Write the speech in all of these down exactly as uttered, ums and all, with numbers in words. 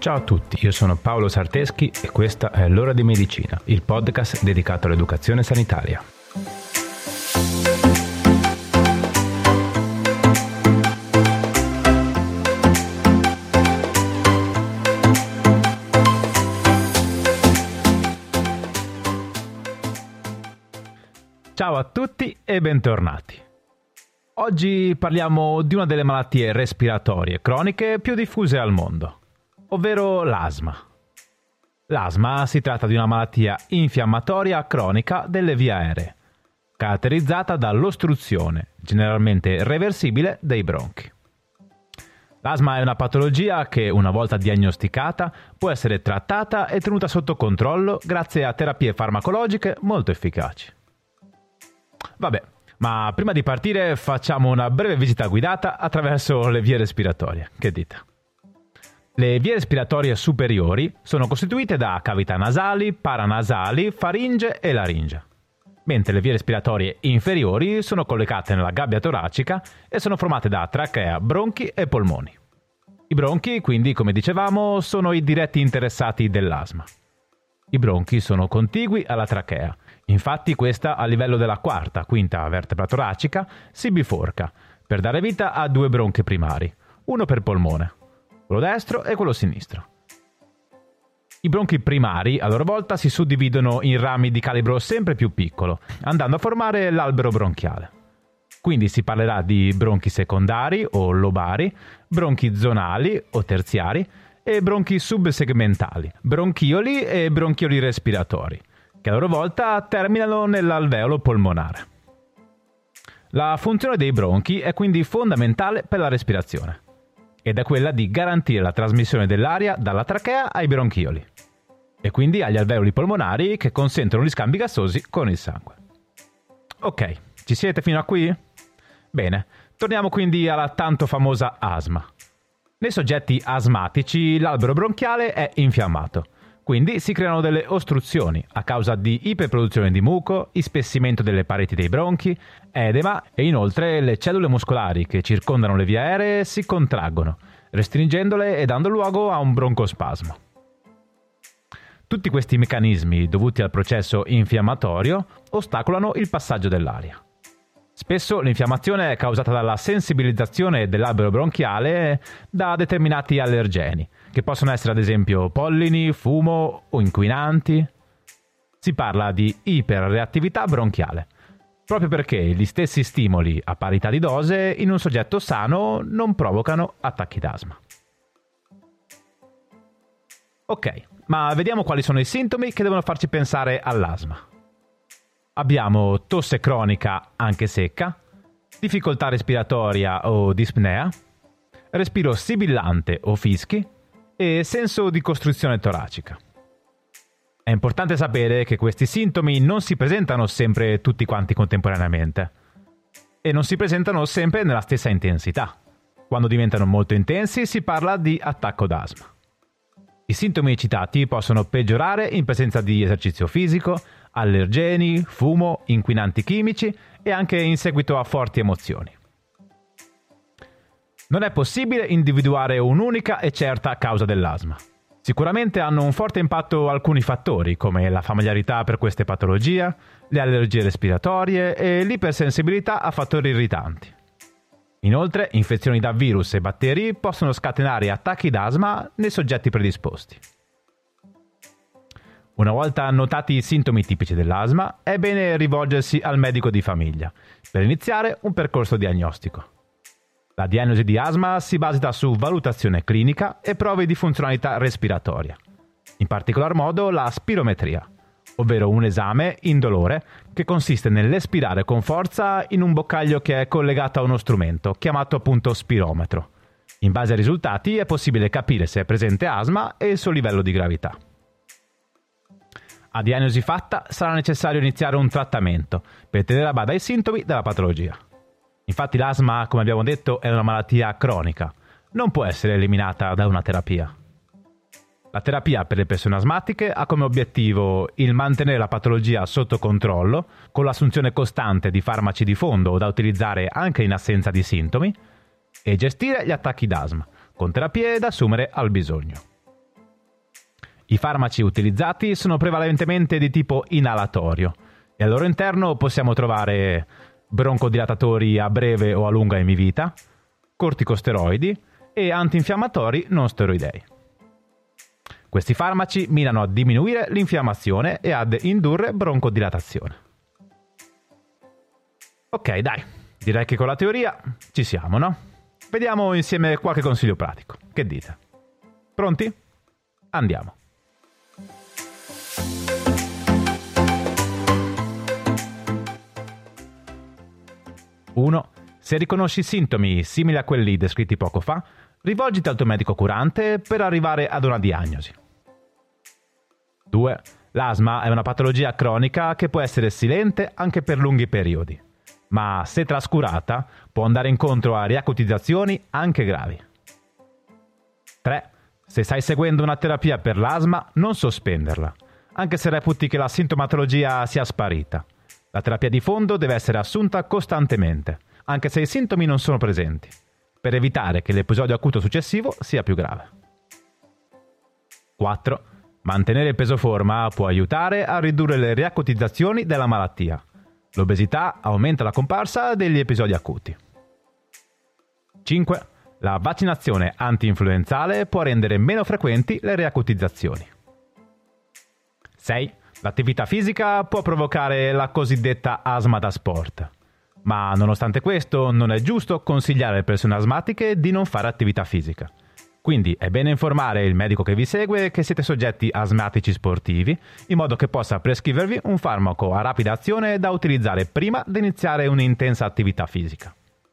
Ciao a tutti, io sono Paolo Sarteschi e questa è L'Ora di Medicina, il podcast dedicato all'educazione sanitaria. Ciao a tutti e bentornati. Oggi parliamo di una delle malattie respiratorie croniche più diffuse al mondo, ovvero l'asma. L'asma si tratta di una malattia infiammatoria cronica delle vie aeree, caratterizzata dall'ostruzione, generalmente reversibile, dei bronchi. L'asma è una patologia che, una volta diagnosticata, può essere trattata e tenuta sotto controllo grazie a terapie farmacologiche molto efficaci. Vabbè, ma prima di partire facciamo una breve visita guidata attraverso le vie respiratorie. Che dite? Le vie respiratorie superiori sono costituite da cavità nasali, paranasali, faringe e laringe, mentre le vie respiratorie inferiori sono collocate nella gabbia toracica e sono formate da trachea, bronchi e polmoni. I bronchi, quindi, come dicevamo, sono i diretti interessati dell'asma. I bronchi sono contigui alla trachea. Infatti questa, a livello della quarta, quinta vertebra toracica, si biforca per dare vita a due bronchi primari, uno per polmone, quello destro e quello sinistro. I bronchi primari, a loro volta, si suddividono in rami di calibro sempre più piccolo, andando a formare l'albero bronchiale. Quindi si parlerà di bronchi secondari o lobari, bronchi zonali o terziari e bronchi subsegmentali, bronchioli e bronchioli respiratori, che a loro volta terminano nell'alveolo polmonare. La funzione dei bronchi è quindi fondamentale per la respirazione ed è quella di garantire la trasmissione dell'aria dalla trachea ai bronchioli e quindi agli alveoli polmonari che consentono gli scambi gassosi con il sangue. Ok, ci siete fino a qui? Bene, torniamo quindi alla tanto famosa asma. Nei soggetti asmatici l'albero bronchiale è infiammato. Quindi si creano delle ostruzioni a causa di iperproduzione di muco, ispessimento delle pareti dei bronchi, edema e inoltre le cellule muscolari che circondano le vie aeree si contraggono, restringendole e dando luogo a un broncospasmo. Tutti questi meccanismi dovuti al processo infiammatorio ostacolano il passaggio dell'aria. Spesso l'infiammazione è causata dalla sensibilizzazione dell'albero bronchiale da determinati allergeni, che possono essere ad esempio pollini, fumo o inquinanti. Si parla di iperreattività bronchiale, proprio perché gli stessi stimoli a parità di dose in un soggetto sano non provocano attacchi d'asma. Ok, ma vediamo quali sono i sintomi che devono farci pensare all'asma. Abbiamo tosse cronica anche secca, difficoltà respiratoria o dispnea, respiro sibillante o fischi e senso di costruzione toracica. È importante sapere che questi sintomi non si presentano sempre tutti quanti contemporaneamente e non si presentano sempre nella stessa intensità. Quando diventano molto intensi si parla di attacco d'asma. I sintomi citati possono peggiorare in presenza di esercizio fisico, allergeni, fumo, inquinanti chimici e anche in seguito a forti emozioni. Non è possibile individuare un'unica e certa causa dell'asma. Sicuramente hanno un forte impatto alcuni fattori, come la familiarità per queste patologie, le allergie respiratorie e l'ipersensibilità a fattori irritanti. Inoltre, infezioni da virus e batteri possono scatenare attacchi d'asma nei soggetti predisposti. Una volta notati i sintomi tipici dell'asma, è bene rivolgersi al medico di famiglia per iniziare un percorso diagnostico. La diagnosi di asma si basa su valutazione clinica e prove di funzionalità respiratoria, in particolar modo la spirometria, ovvero un esame indolore che consiste nell'espirare con forza in un boccaglio che è collegato a uno strumento, chiamato appunto spirometro. In base ai risultati è possibile capire se è presente asma e il suo livello di gravità. A diagnosi fatta sarà necessario iniziare un trattamento per tenere a bada i sintomi della patologia. Infatti l'asma, come abbiamo detto, è una malattia cronica, non può essere eliminata da una terapia. La terapia per le persone asmatiche ha come obiettivo il mantenere la patologia sotto controllo con l'assunzione costante di farmaci di fondo da utilizzare anche in assenza di sintomi e gestire gli attacchi d'asma con terapie da assumere al bisogno. I farmaci utilizzati sono prevalentemente di tipo inalatorio e al loro interno possiamo trovare broncodilatatori a breve o a lunga emivita, corticosteroidi e antinfiammatori non steroidei. Questi farmaci mirano a diminuire l'infiammazione e ad indurre broncodilatazione. Ok, dai, direi che con la teoria ci siamo, no? Vediamo insieme qualche consiglio pratico. Che dite? Pronti? Andiamo. uno. Se riconosci sintomi simili a quelli descritti poco fa, rivolgiti al tuo medico curante per arrivare ad una diagnosi. due. L'asma è una patologia cronica che può essere silente anche per lunghi periodi, ma se trascurata può andare incontro a riacutizzazioni anche gravi. tre. Se stai seguendo una terapia per l'asma, non sospenderla, anche se reputi che la sintomatologia sia sparita. La terapia di fondo deve essere assunta costantemente, anche se i sintomi non sono presenti, per evitare che l'episodio acuto successivo sia più grave. quattro. Mantenere il peso forma può aiutare a ridurre le riacutizzazioni della malattia. L'obesità aumenta la comparsa degli episodi acuti. cinque. La vaccinazione anti-influenzale può rendere meno frequenti le riacutizzazioni. sei. L'attività fisica può provocare la cosiddetta asma da sport, ma nonostante questo non è giusto consigliare alle persone asmatiche di non fare attività fisica. Quindi è bene informare il medico che vi segue che siete soggetti asmatici sportivi, in modo che possa prescrivervi un farmaco a rapida azione da utilizzare prima di iniziare un'intensa attività fisica.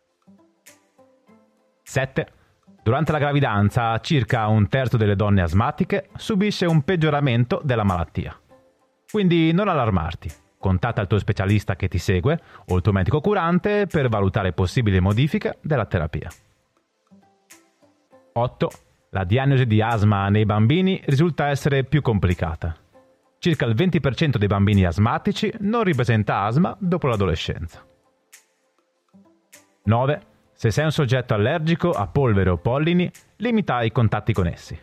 sette. Durante la gravidanza, circa un terzo delle donne asmatiche subisce un peggioramento della malattia. Quindi non allarmarti. Contatta il tuo specialista che ti segue o il tuo medico curante per valutare possibili modifiche della terapia. otto. La diagnosi di asma nei bambini risulta essere più complicata. Circa il venti per cento dei bambini asmatici non ripresenta asma dopo l'adolescenza. nove. Se sei un soggetto allergico a polvere o pollini, limita i contatti con essi.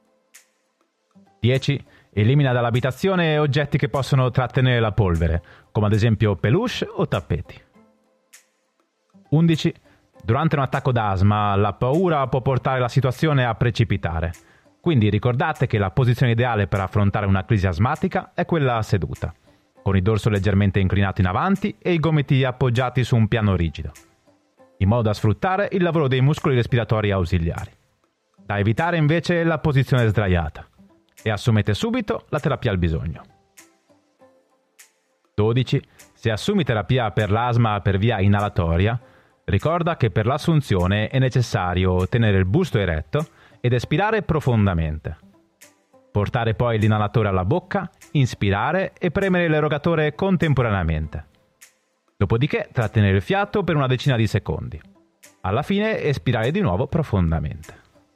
dieci. Elimina dall'abitazione oggetti che possono trattenere la polvere, come ad esempio peluche o tappeti. undici. Durante un attacco d'asma, la paura può portare la situazione a precipitare. Quindi ricordate che la posizione ideale per affrontare una crisi asmatica è quella seduta, con il dorso leggermente inclinato in avanti e i gomiti appoggiati su un piano rigido, in modo da sfruttare il lavoro dei muscoli respiratori ausiliari. Da evitare invece la posizione sdraiata e assumete subito la terapia al bisogno. dodici. Se assumi terapia per l'asma per via inalatoria, ricorda che per l'assunzione è necessario tenere il busto eretto ed espirare profondamente. Portare poi l'inalatore alla bocca, inspirare e premere l'erogatore contemporaneamente. Dopodiché trattenere il fiato per una decina di secondi. Alla fine espirare di nuovo profondamente.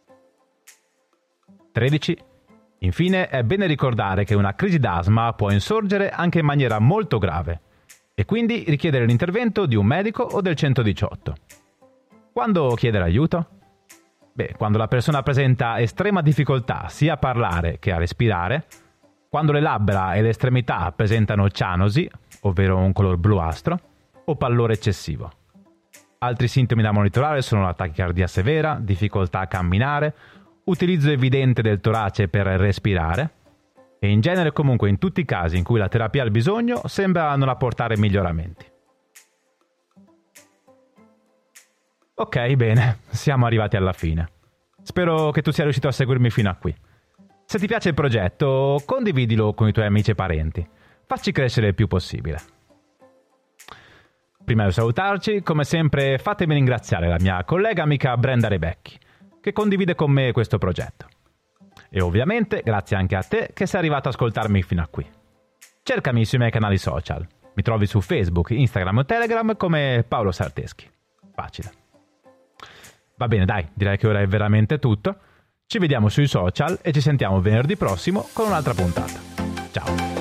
tredici. Infine è bene ricordare che una crisi d'asma può insorgere anche in maniera molto grave e quindi richiedere l'intervento di un medico o del centodiciotto. Quando chiedere aiuto? Beh, quando la persona presenta estrema difficoltà sia a parlare che a respirare, quando le labbra e le estremità presentano cianosi, ovvero un color bluastro, o pallore eccessivo. Altri sintomi da monitorare sono la tachicardia severa, difficoltà a camminare, utilizzo evidente del torace per respirare e in genere comunque in tutti i casi in cui la terapia al bisogno sembra non apportare miglioramenti. Ok, bene, siamo arrivati alla fine. Spero che tu sia riuscito a seguirmi fino a qui. Se ti piace il progetto, condividilo con i tuoi amici e parenti. Facci crescere il più possibile. Prima di salutarci, come sempre, fatemi ringraziare la mia collega amica Brenda Rebecchi, che condivide con me questo progetto. E ovviamente grazie anche a te che sei arrivato ad ascoltarmi fino a qui. Cercami sui miei canali social. Mi trovi su Facebook, Instagram o Telegram come Paolo Sarteschi. Facile. Va bene, dai, direi che ora è veramente tutto. Ci vediamo sui social e ci sentiamo venerdì prossimo con un'altra puntata. Ciao!